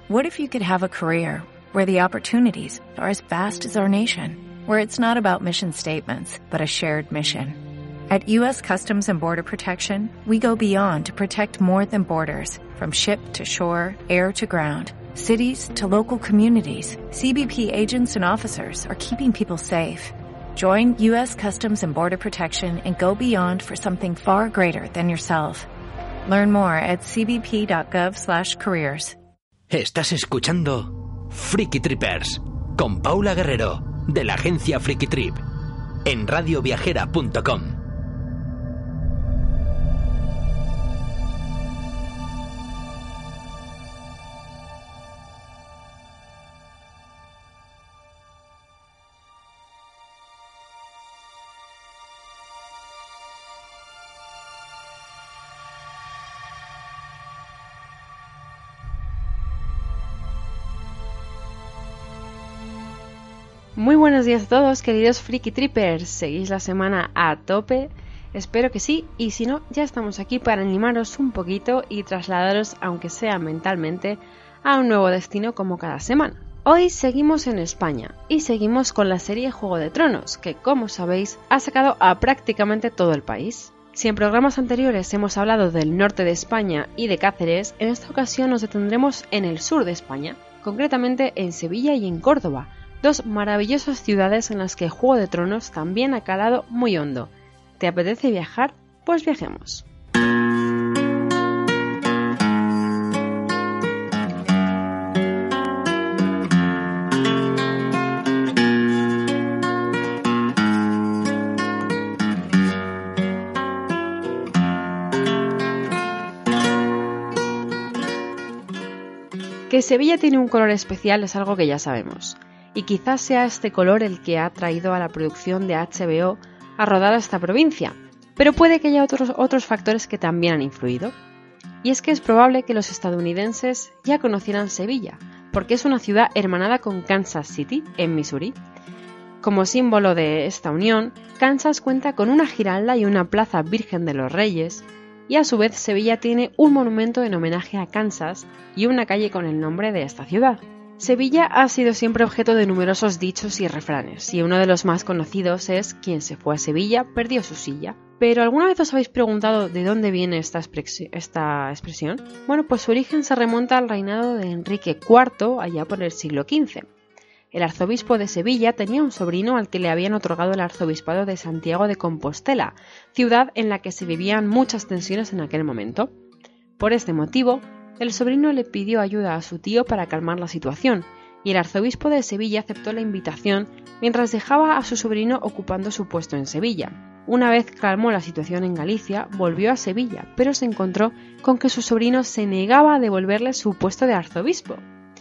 What if you could have a career where the opportunities are as vast as our nation, where it's not about mission statements, but a shared mission? At U.S. Customs and Border Protection, we go beyond to protect more than borders, from ship to shore, air to ground, cities to local communities. CBP agents and officers are keeping people safe. Join U.S. Customs and Border Protection and go beyond for something far greater than yourself. Learn more at cbp.gov/careers. Estás escuchando Freaky Trippers con Paula Guerrero de la agencia Freaky Trip en radioviajera.com. Muy buenos días a todos, queridos Freaky Trippers. ¿Seguís la semana a tope? Espero que sí, y si no, ya estamos aquí para animaros un poquito y trasladaros, aunque sea mentalmente, a un nuevo destino como cada semana. Hoy seguimos en España y seguimos con la serie Juego de Tronos, que como sabéis ha sacado a prácticamente todo el país. Si en programas anteriores hemos hablado del norte de España y de Cáceres, en esta ocasión nos detendremos en el sur de España, concretamente en Sevilla y en Córdoba, dos maravillosas ciudades en las que Juego de Tronos también ha calado muy hondo. ¿Te apetece viajar? Pues viajemos. Que Sevilla tiene un color especial es algo que ya sabemos. Y quizás sea este color el que ha traído a la producción de HBO a rodar a esta provincia, pero puede que haya otros factores que también han influido. Y es que es probable que los estadounidenses ya conocieran Sevilla, porque es una ciudad hermanada con Kansas City, en Missouri. Como símbolo de esta unión, Kansas cuenta con una giralda y una plaza Virgen de los Reyes, y a su vez Sevilla tiene un monumento en homenaje a Kansas y una calle con el nombre de esta ciudad. Sevilla ha sido siempre objeto de numerosos dichos y refranes, y uno de los más conocidos es «Quien se fue a Sevilla perdió su silla». ¿Pero alguna vez os habéis preguntado de dónde viene esta expresión? Bueno, pues su origen se remonta al reinado de Enrique IV, allá por el siglo XV. El arzobispo de Sevilla tenía un sobrino al que le habían otorgado el arzobispado de Santiago de Compostela, ciudad en la que se vivían muchas tensiones en aquel momento. Por este motivo, el sobrino le pidió ayuda a su tío para calmar la situación, y el arzobispo de Sevilla aceptó la invitación mientras dejaba a su sobrino ocupando su puesto en Sevilla. Una vez calmó la situación en Galicia, volvió a Sevilla, pero se encontró con que su sobrino se negaba a devolverle su puesto de arzobispo.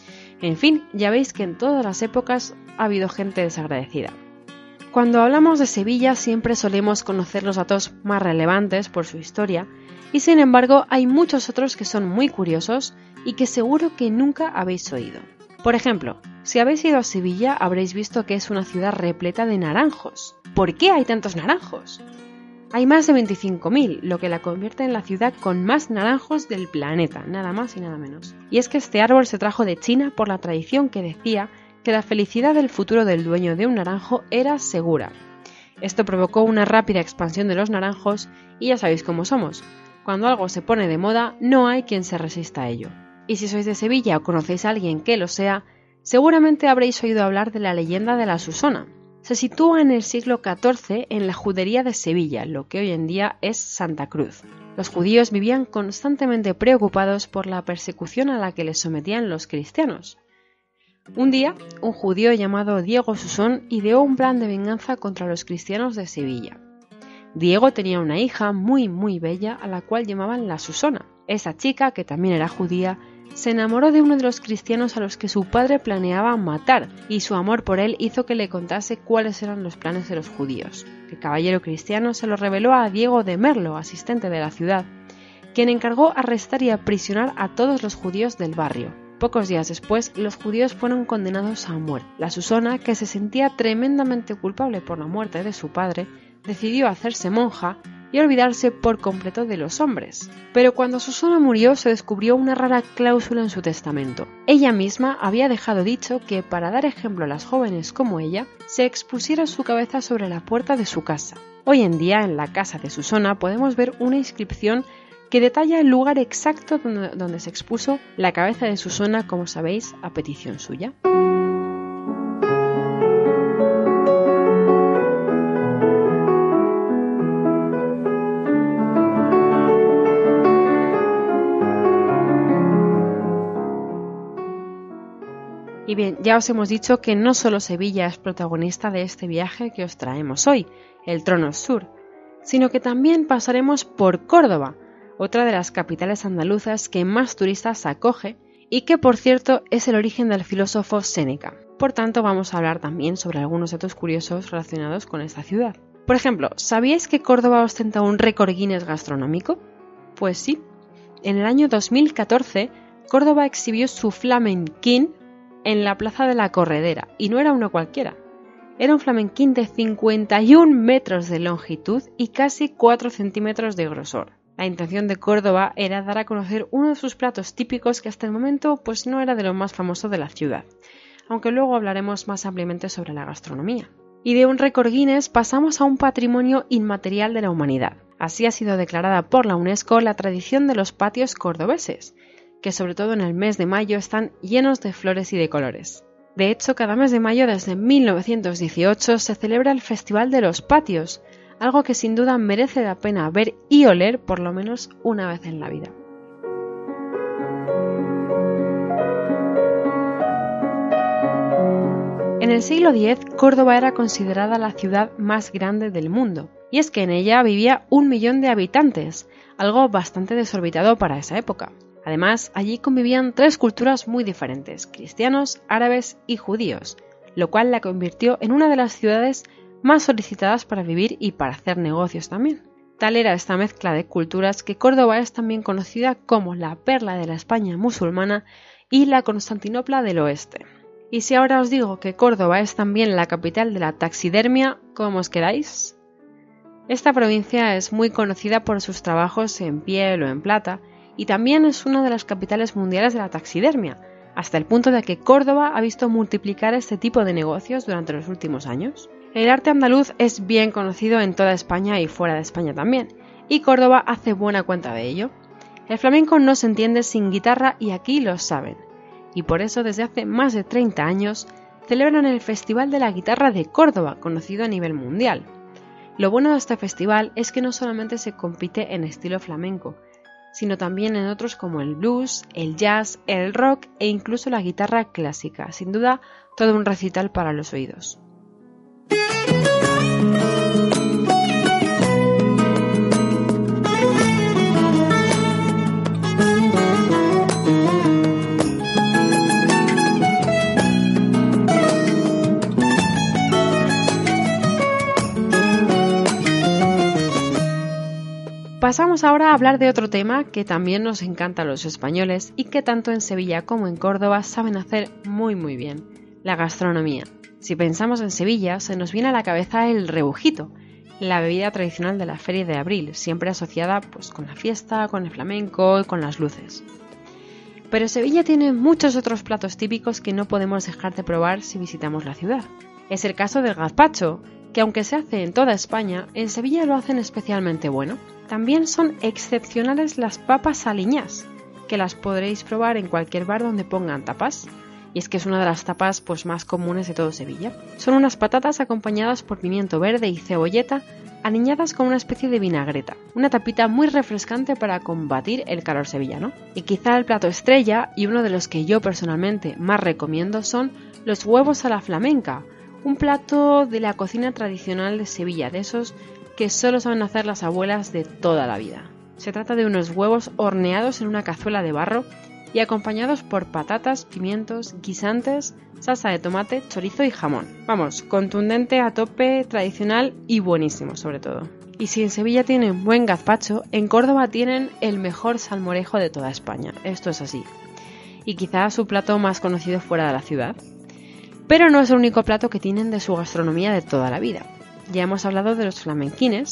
En fin, ya veis que en todas las épocas ha habido gente desagradecida. Cuando hablamos de Sevilla siempre solemos conocer los datos más relevantes por su historia, y sin embargo hay muchos otros que son muy curiosos y que seguro que nunca habéis oído. Por ejemplo, si habéis ido a Sevilla habréis visto que es una ciudad repleta de naranjos. ¿Por qué hay tantos naranjos? Hay más de 25.000, lo que la convierte en la ciudad con más naranjos del planeta, nada más y nada menos. Y es que este árbol se trajo de China por la tradición que decía que la felicidad del futuro del dueño de un naranjo era segura. Esto provocó una rápida expansión de los naranjos y ya sabéis cómo somos. Cuando algo se pone de moda, no hay quien se resista a ello. Y si sois de Sevilla o conocéis a alguien que lo sea, seguramente habréis oído hablar de la leyenda de la Susona. Se sitúa en el siglo XIV en la judería de Sevilla, lo que hoy en día es Santa Cruz. Los judíos vivían constantemente preocupados por la persecución a la que les sometían los cristianos. Un día, un judío llamado Diego Susón ideó un plan de venganza contra los cristianos de Sevilla. Diego tenía una hija muy bella a la cual llamaban la Susona. Esa chica, que también era judía, se enamoró de uno de los cristianos a los que su padre planeaba matar, y su amor por él hizo que le contase cuáles eran los planes de los judíos. El caballero cristiano se lo reveló a Diego de Merlo, asistente de la ciudad, quien encargó arrestar y aprisionar a todos los judíos del barrio. Pocos días después, los judíos fueron condenados a muerte. La Susona, que se sentía tremendamente culpable por la muerte de su padre, decidió hacerse monja y olvidarse por completo de los hombres. Pero cuando Susana murió se descubrió una rara cláusula en su testamento. Ella misma había dejado dicho que para dar ejemplo a las jóvenes como ella, se expusiera su cabeza sobre la puerta de su casa. Hoy en día en la casa de Susana podemos ver una inscripción que detalla el lugar exacto donde se expuso la cabeza de Susana, como sabéis, a petición suya. Y bien, ya os hemos dicho que no solo Sevilla es protagonista de este viaje que os traemos hoy, el Tronos Sur, sino que también pasaremos por Córdoba, otra de las capitales andaluzas que más turistas acoge y que, por cierto, es el origen del filósofo Séneca. Por tanto, vamos a hablar también sobre algunos datos curiosos relacionados con esta ciudad. Por ejemplo, ¿sabíais que Córdoba ostenta un récord Guinness gastronómico? Pues sí. En el año 2014, Córdoba exhibió su flamenquín en la Plaza de la Corredera, y no era uno cualquiera. Era un flamenquín de 51 metros de longitud y casi 4 centímetros de grosor. La intención de Córdoba era dar a conocer uno de sus platos típicos que hasta el momento pues no era de lo más famoso de la ciudad, aunque luego hablaremos más ampliamente sobre la gastronomía. Y de un récord Guinness pasamos a un patrimonio inmaterial de la humanidad. Así ha sido declarada por la UNESCO la tradición de los patios cordobeses, que sobre todo en el mes de mayo están llenos de flores y de colores. De hecho, cada mes de mayo desde 1918 se celebra el Festival de los Patios, algo que sin duda merece la pena ver y oler por lo menos una vez en la vida. En el siglo X, Córdoba era considerada la ciudad más grande del mundo, y es que en ella vivía 1 millón de habitantes, algo bastante desorbitado para esa época. Además, allí convivían 3 culturas muy diferentes, cristianos, árabes y judíos, lo cual la convirtió en una de las ciudades más solicitadas para vivir y para hacer negocios también. Tal era esta mezcla de culturas que Córdoba es también conocida como la perla de la España musulmana y la Constantinopla del Oeste. Y si ahora os digo que Córdoba es también la capital de la taxidermia, ¿cómo os quedáis? Esta provincia es muy conocida por sus trabajos en piel o en plata, y también es una de las capitales mundiales de la taxidermia, hasta el punto de que Córdoba ha visto multiplicar este tipo de negocios durante los últimos años. El arte andaluz es bien conocido en toda España y fuera de España también, y Córdoba hace buena cuenta de ello. El flamenco no se entiende sin guitarra y aquí lo saben, y por eso desde hace más de 30 años celebran el Festival de la Guitarra de Córdoba, conocido a nivel mundial. Lo bueno de este festival es que no solamente se compite en estilo flamenco, sino también en otros como el blues, el jazz, el rock e incluso la guitarra clásica. Sin duda, todo un recital para los oídos. Pasamos ahora a hablar de otro tema que también nos encanta a los españoles y que tanto en Sevilla como en Córdoba saben hacer muy bien, la gastronomía. Si pensamos en Sevilla, se nos viene a la cabeza el rebujito, la bebida tradicional de la Feria de Abril, siempre asociada pues, con la fiesta, con el flamenco y con las luces. Pero Sevilla tiene muchos otros platos típicos que no podemos dejar de probar si visitamos la ciudad. Es el caso del gazpacho, que aunque se hace en toda España, en Sevilla lo hacen especialmente bueno. También son excepcionales las papas aliñás, que las podréis probar en cualquier bar donde pongan tapas. Y es que es una de las tapas pues, más comunes de todo Sevilla. Son unas patatas acompañadas por pimiento verde y cebolleta, aliñadas con una especie de vinagreta. Una tapita muy refrescante para combatir el calor sevillano. Y quizá el plato estrella, y uno de los que yo personalmente más recomiendo, son los huevos a la flamenca. Un plato de la cocina tradicional de Sevilla, de esos que solo saben hacer las abuelas de toda la vida. Se trata de unos huevos horneados en una cazuela de barro y acompañados por patatas, pimientos, guisantes, salsa de tomate, chorizo y jamón. Vamos, contundente a tope, tradicional y buenísimo sobre todo. Y si en Sevilla tienen buen gazpacho, en Córdoba tienen el mejor salmorejo de toda España. Esto es así. Y quizá su plato más conocido fuera de la ciudad. Pero no es el único plato que tienen de su gastronomía de toda la vida. Ya hemos hablado de los flamenquines,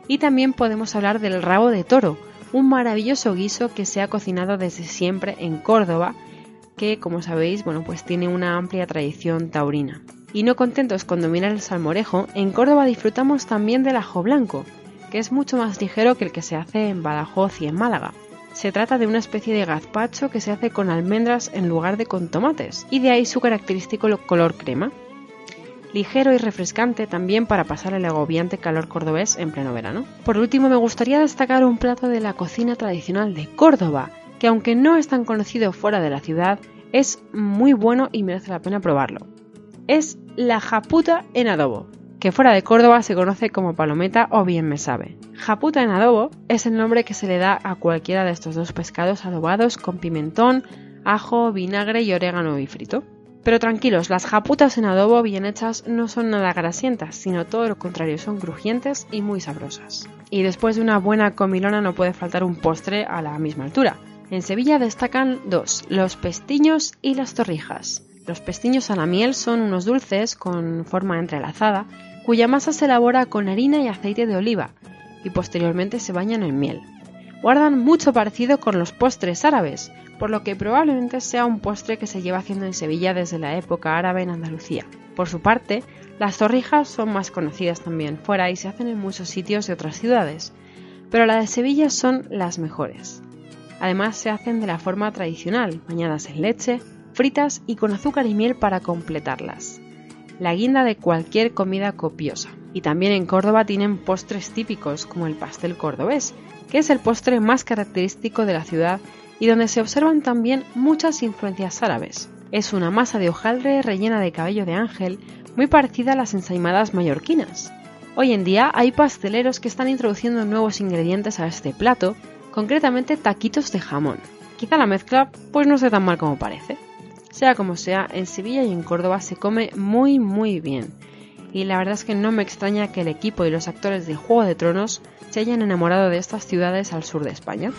Y también podemos hablar del rabo de toro, un maravilloso guiso que se ha cocinado desde siempre en Córdoba, que como sabéis, pues tiene una amplia tradición taurina. Y no contentos con dominar el salmorejo, en Córdoba disfrutamos también del ajo blanco, que es mucho más ligero que el que se hace en Badajoz y en Málaga. Se trata de una especie de gazpacho que se hace con almendras en lugar de con tomates, y de ahí su característico color crema. Ligero y refrescante también para pasar el agobiante calor cordobés en pleno verano. Por último, me gustaría destacar un plato de la cocina tradicional de Córdoba, que aunque no es tan conocido fuera de la ciudad, es muy bueno y merece la pena probarlo. Es la japuta en adobo, que fuera de Córdoba se conoce como palometa o bien me sabe. Japuta en adobo es el nombre que se le da a cualquiera de estos dos pescados adobados con pimentón, ajo, vinagre y orégano y frito. Pero tranquilos, las japutas en adobo bien hechas no son nada grasientas, sino todo lo contrario, son crujientes y muy sabrosas. Y después de una buena comilona no puede faltar un postre a la misma altura. En Sevilla destacan dos, los pestiños y las torrijas. Los pestiños a la miel son unos dulces con forma entrelazada, cuya masa se elabora con harina y aceite de oliva, y posteriormente se bañan en miel. Guardan mucho parecido con los postres árabes, por lo que probablemente sea un postre que se lleva haciendo en Sevilla desde la época árabe en Andalucía. Por su parte, las torrijas son más conocidas también fuera y se hacen en muchos sitios de otras ciudades, pero las de Sevilla son las mejores. Además se hacen de la forma tradicional, bañadas en leche, fritas y con azúcar y miel para completarlas. La guinda de cualquier comida copiosa. Y también en Córdoba tienen postres típicos como el pastel cordobés, que es el postre más característico de la ciudad y donde se observan también muchas influencias árabes. Es una masa de hojaldre rellena de cabello de ángel, muy parecida a las ensaimadas mallorquinas. Hoy en día hay pasteleros que están introduciendo nuevos ingredientes a este plato, concretamente taquitos de jamón. Quizá la mezcla no sea tan mal como parece. Sea como sea, en Sevilla y en Córdoba se come muy muy bien. Y la verdad es que no me extraña que el equipo y los actores de Juego de Tronos se hayan enamorado de estas ciudades al sur de España.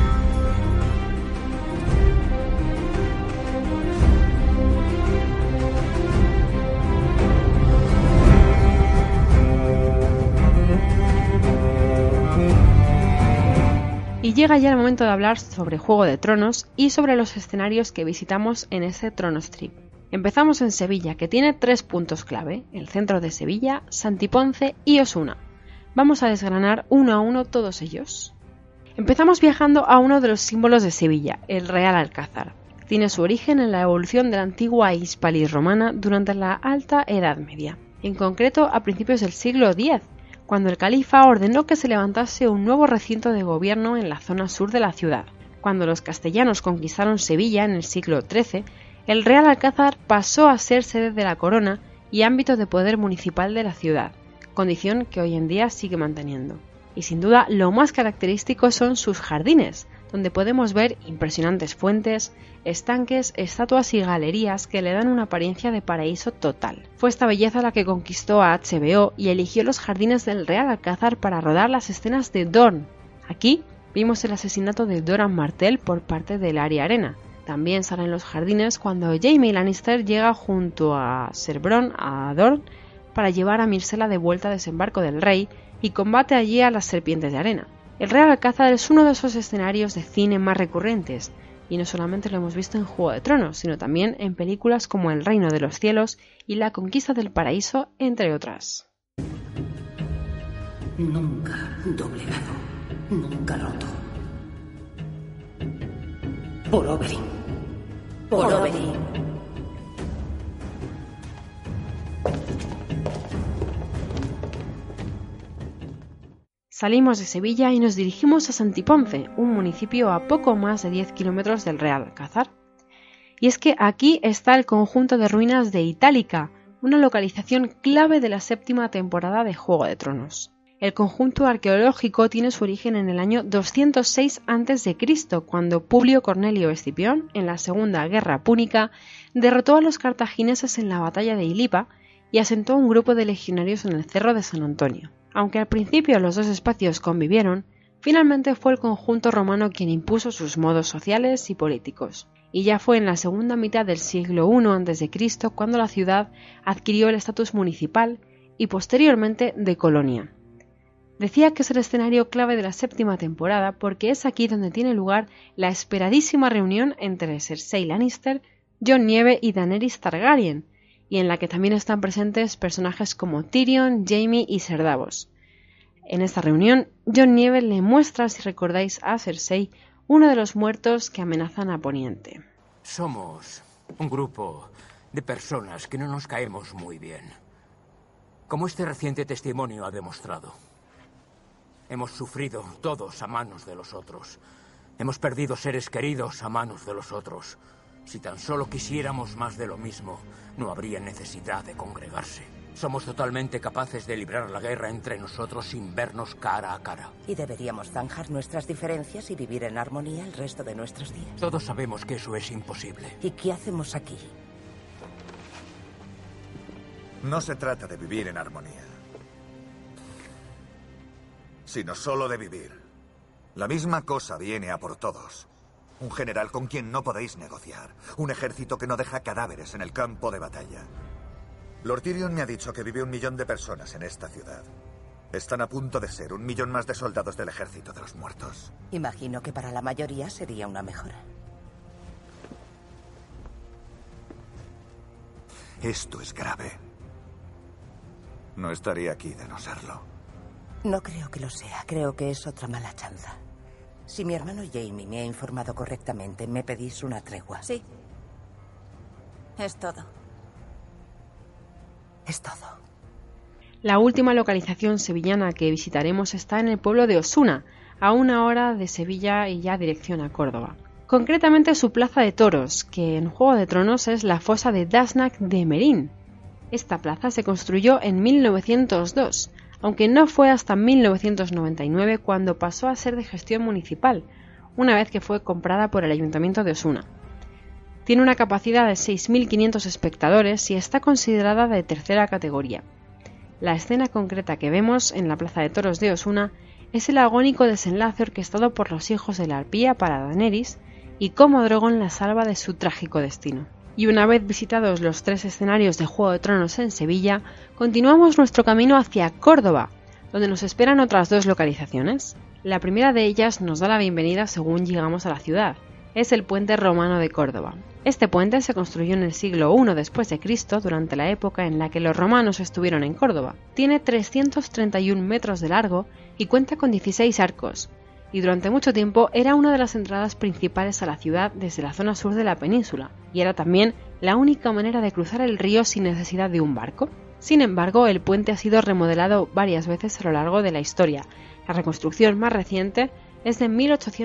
Y llega ya el momento de hablar sobre Juego de Tronos y sobre los escenarios que visitamos en este Tronos Trip. Empezamos en Sevilla, que tiene 3 puntos clave, el centro de Sevilla, Santiponce y Osuna. Vamos a desgranar uno a uno todos ellos. Empezamos viajando a uno de los símbolos de Sevilla, el Real Alcázar. Tiene su origen en la evolución de la antigua Hispalis romana durante la Alta Edad Media, en concreto a principios del siglo X, cuando el califa ordenó que se levantase un nuevo recinto de gobierno en la zona sur de la ciudad. Cuando los castellanos conquistaron Sevilla en el siglo XIII, el Real Alcázar pasó a ser sede de la corona y ámbito de poder municipal de la ciudad, condición que hoy en día sigue manteniendo. Y sin duda lo más característico son sus jardines, donde podemos ver impresionantes fuentes, estanques, estatuas y galerías que le dan una apariencia de paraíso total. Fue esta belleza la que conquistó a HBO y eligió los jardines del Real Alcázar para rodar las escenas de Dorne. Aquí vimos el asesinato de Doran Martell por parte del Arya Arena. También salen los jardines cuando Jaime Lannister llega junto a Ser Bronn a Dorne para llevar a Myrcella de vuelta a desembarco del rey y combate allí a las serpientes de arena. El Real Alcázar es uno de esos escenarios de cine más recurrentes, y no solamente lo hemos visto en Juego de Tronos, sino también en películas como El Reino de los Cielos y La Conquista del Paraíso, entre otras. Nunca doblegado, nunca roto. Por Oberyn. Por Oberyn. Salimos de Sevilla y nos dirigimos a Santiponce, un municipio a poco más de 10 kilómetros del Real Alcázar. Y es que aquí está el conjunto de ruinas de Itálica, una localización clave de la 7ª temporada de Juego de Tronos. El conjunto arqueológico tiene su origen en el año 206 a.C., cuando Publio Cornelio Escipión, en la Segunda Guerra Púnica, derrotó a los cartagineses en la batalla de Ilipa y asentó un grupo de legionarios en el Cerro de San Antonio. Aunque al principio los dos espacios convivieron, finalmente fue el conjunto romano quien impuso sus modos sociales y políticos, y ya fue en la segunda mitad del siglo I a.C. cuando la ciudad adquirió el estatus municipal y posteriormente de colonia. Decía que es el escenario clave de la 7ª temporada porque es aquí donde tiene lugar la esperadísima reunión entre Cersei Lannister, Jon Nieve y Daenerys Targaryen, y en la que también están presentes personajes como Tyrion, Jaime y Ser Davos. En esta reunión, Jon Nieve le muestra, si recordáis, a Cersei uno de los muertos que amenazan a Poniente. Somos un grupo de personas que no nos caemos muy bien. Como este reciente testimonio ha demostrado. Hemos sufrido todos a manos de los otros. Hemos perdido seres queridos a manos de los otros. Si tan solo quisiéramos más de lo mismo, no habría necesidad de congregarse. Somos totalmente capaces de librar la guerra entre nosotros sin vernos cara a cara. Y deberíamos zanjar nuestras diferencias y vivir en armonía el resto de nuestros días. Todos sabemos que eso es imposible. ¿Y qué hacemos aquí? No se trata de vivir en armonía, sino solo de vivir. La misma cosa viene a por todos. Un general con quien no podéis negociar. Un ejército que no deja cadáveres en el campo de batalla. Lord Tyrion me ha dicho que vive 1 millón de personas en esta ciudad. Están a punto de ser 1 millón más de soldados del ejército de los muertos. Imagino que para la mayoría sería una mejora. Esto es grave. No estaría aquí de no serlo. No creo que lo sea. Creo que es otra mala chanza. Si mi hermano Jaime me ha informado correctamente, me pedís una tregua. Sí. Es todo. Es todo. La última localización sevillana que visitaremos está en el pueblo de Osuna, a 1 hora de Sevilla y ya dirección a Córdoba. Concretamente su plaza de toros, que en Juego de Tronos es la fosa de Dasnak de Meereen. Esta plaza se construyó en 1902, aunque no fue hasta 1999 cuando pasó a ser de gestión municipal, una vez que fue comprada por el Ayuntamiento de Osuna. Tiene una capacidad de 6.500 espectadores y está considerada de 3ª categoría. La escena concreta que vemos en la plaza de toros de Osuna es el agónico desenlace orquestado por los hijos de la arpía para Daenerys y cómo Drogon la salva de su trágico destino. Y una vez visitados los 3 escenarios de Juego de Tronos en Sevilla, continuamos nuestro camino hacia Córdoba, donde nos esperan otras 2 localizaciones. La primera de ellas nos da la bienvenida según llegamos a la ciudad. Es el puente romano de Córdoba. Este puente se construyó en el siglo I después de Cristo, durante la época en la que los romanos estuvieron en Córdoba. Tiene 331 metros de largo y cuenta con 16 arcos, y durante mucho tiempo era una de las entradas principales a la ciudad desde la zona sur de la península, y era también la única manera de cruzar el río sin necesidad de un barco. Sin embargo, el puente ha sido remodelado varias veces a lo largo de la historia. La reconstrucción más reciente es de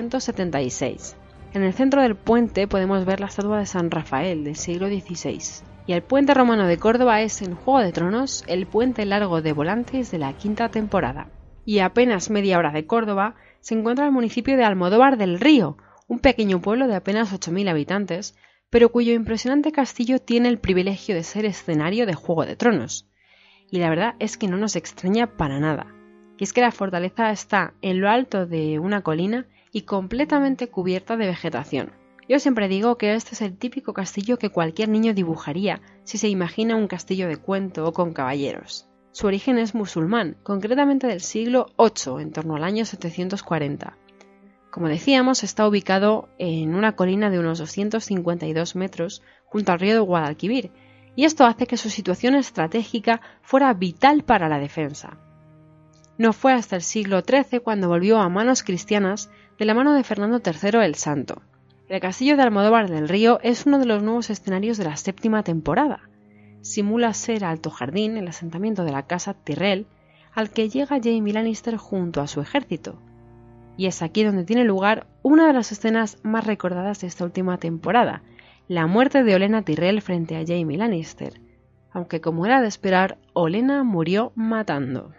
1876. En el centro del puente podemos ver la estatua de San Rafael del siglo XVI. Y el puente romano de Córdoba es, en Juego de Tronos, el puente largo de Volantes de la 5ª temporada. Y a apenas media hora de Córdoba se encuentra el municipio de Almodóvar del Río, un pequeño pueblo de apenas 8.000 habitantes, pero cuyo impresionante castillo tiene el privilegio de ser escenario de Juego de Tronos. Y la verdad es que no nos extraña para nada. Y es que la fortaleza está en lo alto de una colina y completamente cubierta de vegetación. Yo siempre digo que este es el típico castillo que cualquier niño dibujaría si se imagina un castillo de cuento o con caballeros. Su origen es musulmán, concretamente del siglo VIII, en torno al año 740. Como decíamos, está ubicado en una colina de unos 252 metros junto al río de Guadalquivir, y esto hace que su situación estratégica fuera vital para la defensa. No fue hasta el siglo XIII cuando volvió a manos cristianas de la mano de Fernando III el Santo. El castillo de Almodóvar del Río es uno de los nuevos escenarios de la 7ª temporada. Simula ser Alto Jardín, el asentamiento de la casa Tyrell, al que llega Jaime Lannister junto a su ejército. Y es aquí donde tiene lugar una de las escenas más recordadas de esta última temporada, la muerte de Olenna Tyrell frente a Jaime Lannister. Aunque como era de esperar, Olenna murió matando.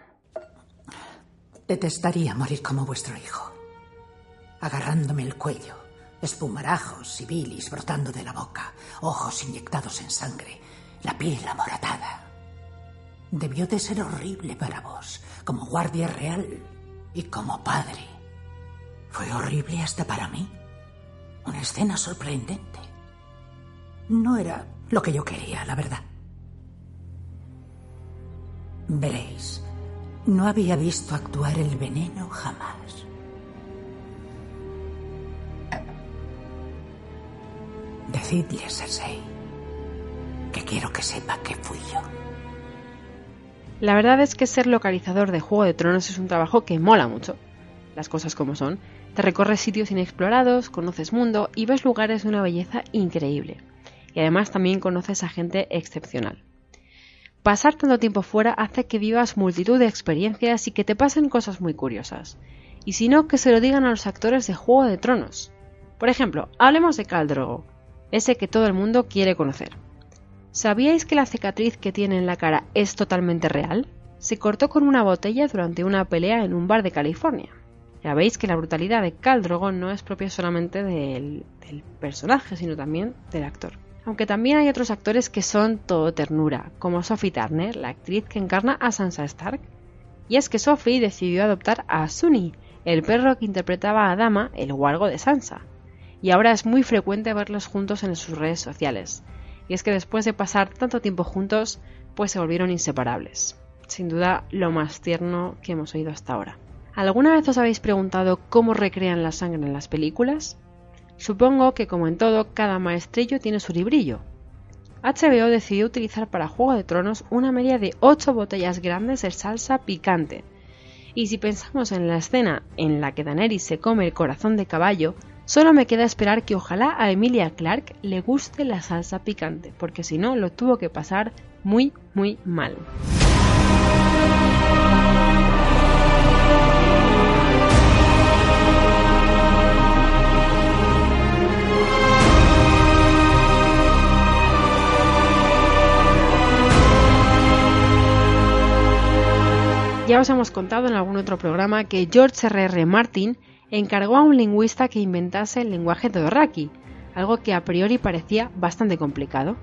Detestaría morir como vuestro hijo, agarrándome el cuello, espumarajos y bilis brotando de la boca, ojos inyectados en sangre, la piel amoratada. Debió de ser horrible para vos, como guardia real y como padre. Fue horrible hasta para mí. Una escena sorprendente. No era lo que yo quería, la verdad. Veréis, No había visto actuar el veneno jamás. Decidle a Cersei que quiero que sepa que fui yo. La verdad es que ser localizador de Juego de Tronos es un trabajo que mola mucho. Las cosas como son. Te recorres sitios inexplorados, conoces mundo y ves lugares de una belleza increíble. Y además también conoces a gente excepcional. Pasar tanto tiempo fuera hace que vivas multitud de experiencias y que te pasen cosas muy curiosas. Y si no, que se lo digan a los actores de Juego de Tronos. Por ejemplo, hablemos de Khal Drogo, ese que todo el mundo quiere conocer. ¿Sabíais que la cicatriz que tiene en la cara es totalmente real? Se cortó con una botella durante una pelea en un bar de California. Ya veis que la brutalidad de Khal Drogo no es propia solamente del personaje, sino también del actor. Aunque también hay otros actores que son todo ternura, como Sophie Turner, la actriz que encarna a Sansa Stark. Y es que Sophie decidió adoptar a Sunny, el perro que interpretaba a Dama, el huargo de Sansa. Y ahora es muy frecuente verlos juntos en sus redes sociales. Y es que después de pasar tanto tiempo juntos, pues se volvieron inseparables. Sin duda, lo más tierno que hemos oído hasta ahora. ¿Alguna vez os habéis preguntado cómo recrean la sangre en las películas? Supongo que, como en todo, cada maestrillo tiene su librillo. HBO decidió utilizar para Juego de Tronos una media de 8 botellas grandes de salsa picante. Y si pensamos en la escena en la que Daenerys se come el corazón de caballo, solo me queda esperar que ojalá a Emilia Clarke le guste la salsa picante, porque si no lo tuvo que pasar muy, muy mal. Ya os hemos contado en algún otro programa que George R.R. Martin encargó a un lingüista que inventase el lenguaje Dothraki, algo que a priori parecía bastante complicado.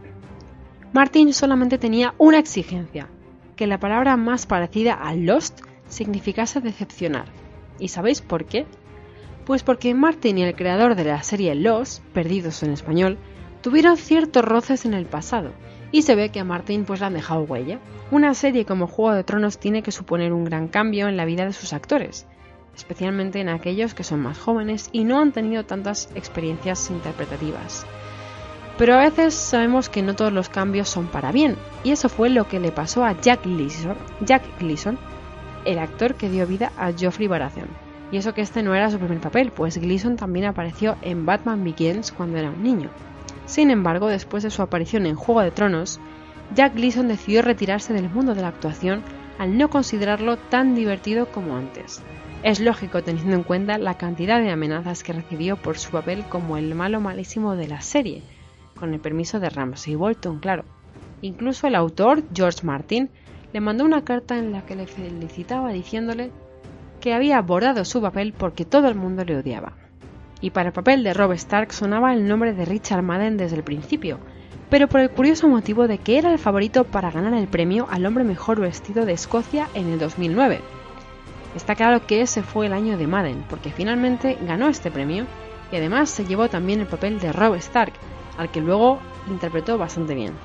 Martin solamente tenía una exigencia, que la palabra más parecida a Lost significase decepcionar. ¿Y sabéis por qué? Pues porque Martin y el creador de la serie Lost, Perdidos en español, tuvieron ciertos roces en el pasado, y se ve que a Martin pues le han dejado huella. Una serie como Juego de Tronos tiene que suponer un gran cambio en la vida de sus actores, especialmente en aquellos que son más jóvenes y no han tenido tantas experiencias interpretativas. Pero a veces sabemos que no todos los cambios son para bien, y eso fue lo que le pasó a Jack Gleeson, el actor que dio vida a Joffrey Baratheon. Y eso que este no era su primer papel, pues Gleeson también apareció en Batman Begins cuando era un niño. Sin embargo, después de su aparición en Juego de Tronos, Jack Gleeson decidió retirarse del mundo de la actuación al no considerarlo tan divertido como antes. Es lógico teniendo en cuenta la cantidad de amenazas que recibió por su papel como el malo malísimo de la serie, con el permiso de Ramsay Bolton, claro. Incluso el autor, George Martin, le mandó una carta en la que le felicitaba diciéndole que había abordado su papel porque todo el mundo le odiaba. Y para el papel de Robb Stark sonaba el nombre de Richard Madden desde el principio, pero por el curioso motivo de que era el favorito para ganar el premio al hombre mejor vestido de Escocia en el 2009. Está claro que ese fue el año de Madden, porque finalmente ganó este premio y además se llevó también el papel de Robb Stark, al que luego interpretó bastante bien.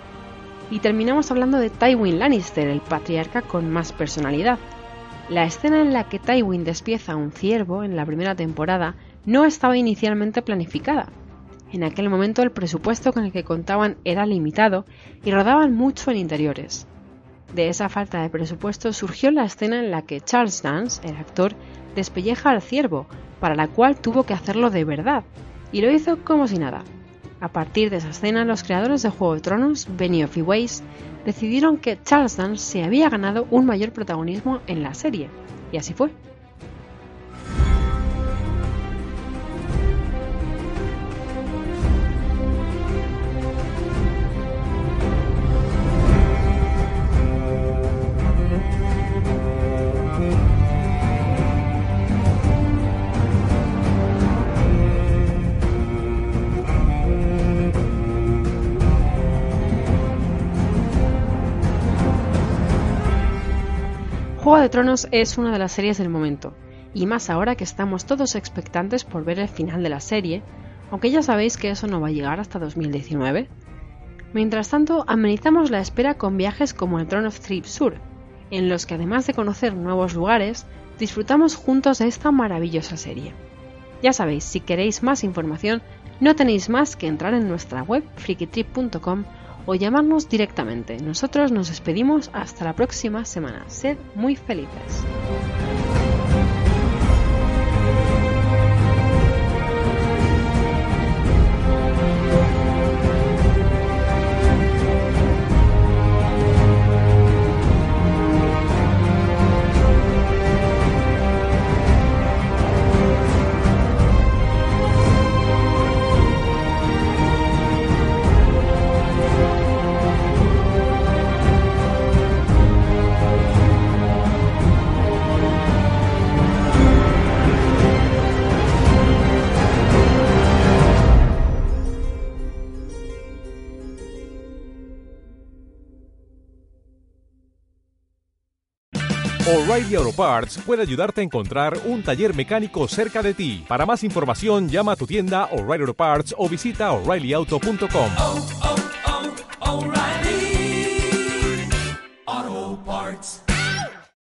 Y terminamos hablando de Tywin Lannister, el patriarca con más personalidad. La escena en la que Tywin despieza a un ciervo en la primera temporada no estaba inicialmente planificada. En aquel momento el presupuesto con el que contaban era limitado y rodaban mucho en interiores. De esa falta de presupuesto surgió la escena en la que Charles Dance, el actor, despelleja al ciervo, para la cual tuvo que hacerlo de verdad, y lo hizo como si nada. A partir de esa escena, los creadores de Juego de Tronos, Benioff y Weiss, decidieron que Charles Dance se había ganado un mayor protagonismo en la serie, y así fue. Juego de Tronos es una de las series del momento, y más ahora que estamos todos expectantes por ver el final de la serie, aunque ya sabéis que eso no va a llegar hasta 2019. Mientras tanto, amenizamos la espera con viajes como el Throne of Trip Sur, en los que además de conocer nuevos lugares, disfrutamos juntos de esta maravillosa serie. Ya sabéis, si queréis más información, no tenéis más que entrar en nuestra web frikitrip.com o llamarnos directamente. Nosotros nos despedimos hasta la próxima semana. Sed muy felices. O'Reilly Auto Parts puede ayudarte a encontrar un taller mecánico cerca de ti. Para más información, llama a tu tienda O'Reilly Auto Parts o visita O'ReillyAuto.com. O'Reilly Auto Parts.